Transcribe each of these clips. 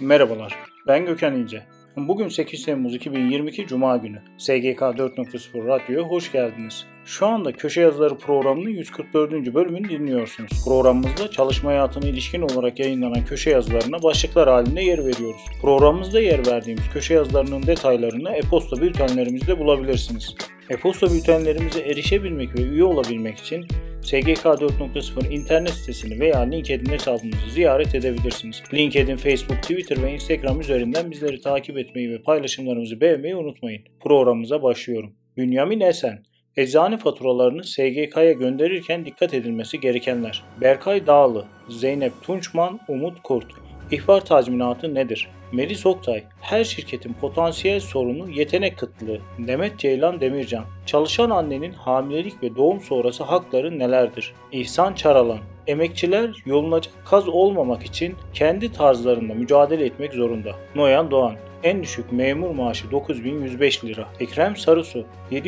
Merhabalar, ben Gökhan İnce. Bugün 8 Temmuz 2022 Cuma günü. SGK 4.0 Radyo'ya hoş geldiniz. Şu anda Köşe Yazıları programının 144. bölümünü dinliyorsunuz. Programımızda çalışma hayatına ilişkin olarak yayınlanan köşe yazılarına başlıklar halinde yer veriyoruz. Programımızda yer verdiğimiz köşe yazılarının detaylarını e-posta bültenlerimizde bulabilirsiniz. E-posta bültenlerimize erişebilmek ve üye olabilmek için SGK 4.0 internet sitesini veya LinkedIn hesabımızı ziyaret edebilirsiniz. LinkedIn, Facebook, Twitter ve Instagram üzerinden bizleri takip etmeyi ve paylaşımlarımızı beğenmeyi unutmayın. Programımıza başlıyorum. Bünyamin Esen, eczane faturalarını SGK'ya gönderirken dikkat edilmesi gerekenler. Berkay Dağlı, Zeynep Tunçman, Umut Kurt. İhbar tazminatı nedir? Melis Oktay, her şirketin potansiyel sorunu yetenek kıtlığı. Demet Ceylan Demircan, çalışan annenin hamilelik ve doğum sonrası hakları nelerdir? İhsan Çaralan, emekçiler yolunacak kaz olmamak için kendi tarzlarında mücadele etmek zorunda. Noyan Doğan, en düşük memur maaşı 9.105 lira. Ekrem Sarısu,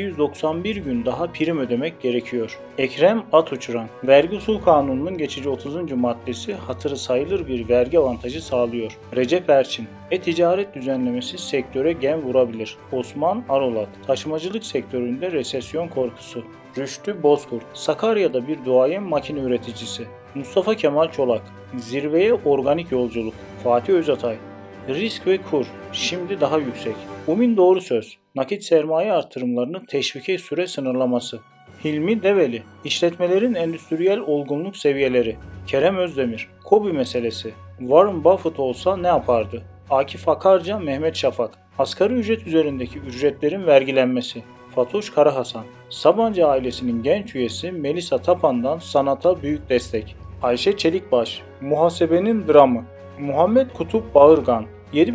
791 gün daha prim ödemek gerekiyor. Ekrem Atuçuran, vergi usul kanununun geçici 30. maddesi hatırı sayılır bir vergi avantajı sağlıyor. Recep Erçin, e-ticaret düzenlemesi sektöre gem vurabilir. Osman Arolat, taşımacılık sektöründe resesyon korkusu. Rüştü Bozkurt, Sakarya'da bir duayen makine üreticisi. Mustafa Kemal Çolak, zirveye organik yolculuk. Fatih Özatay, risk ve kur şimdi daha yüksek. Umin Doğru Söz, nakit sermaye artırımlarının teşvike süre sınırlaması. Hilmi Develi, işletmelerin endüstriyel olgunluk seviyeleri. Kerem Özdemir, KOBİ meselesi. Warren Buffett olsa ne yapardı? Akif Akarca, Mehmet Şafak, asgari ücret üzerindeki ücretlerin vergilenmesi. Fatoş Karahasan, Sabancı ailesinin genç üyesi Melisa Tapan'dan sanata büyük destek. Ayşe Çelikbaş, muhasebenin dramı. Muhammed Kutup Bağırgan,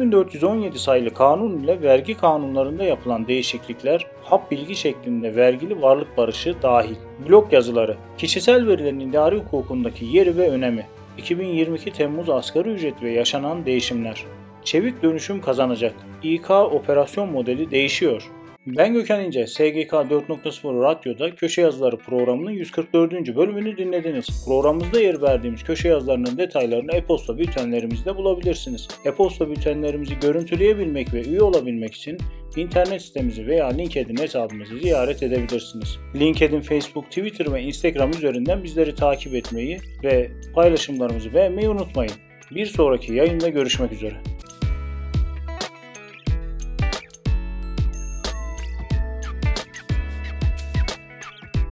7417 sayılı kanun ile vergi kanunlarında yapılan değişiklikler, hap bilgi şeklinde vergili varlık barışı dahil. Blog yazıları, kişisel verilerin idari hukukundaki yeri ve önemi. 2022 Temmuz asgari ücret ve yaşanan değişimler. Çevik dönüşüm kazanacak. İK operasyon modeli değişiyor. Ben Gökhan İnce, SGK 4.0 Radyo'da Köşe Yazıları programının 144. bölümünü dinlediniz. Programımızda yer verdiğimiz köşe yazılarının detaylarını e-posta bültenlerimizde bulabilirsiniz. E-posta bültenlerimizi görüntüleyebilmek ve üye olabilmek için internet sitemizi veya LinkedIn hesabımızı ziyaret edebilirsiniz. LinkedIn, Facebook, Twitter ve Instagram üzerinden bizleri takip etmeyi ve paylaşımlarımızı beğenmeyi unutmayın. Bir sonraki yayında görüşmek üzere.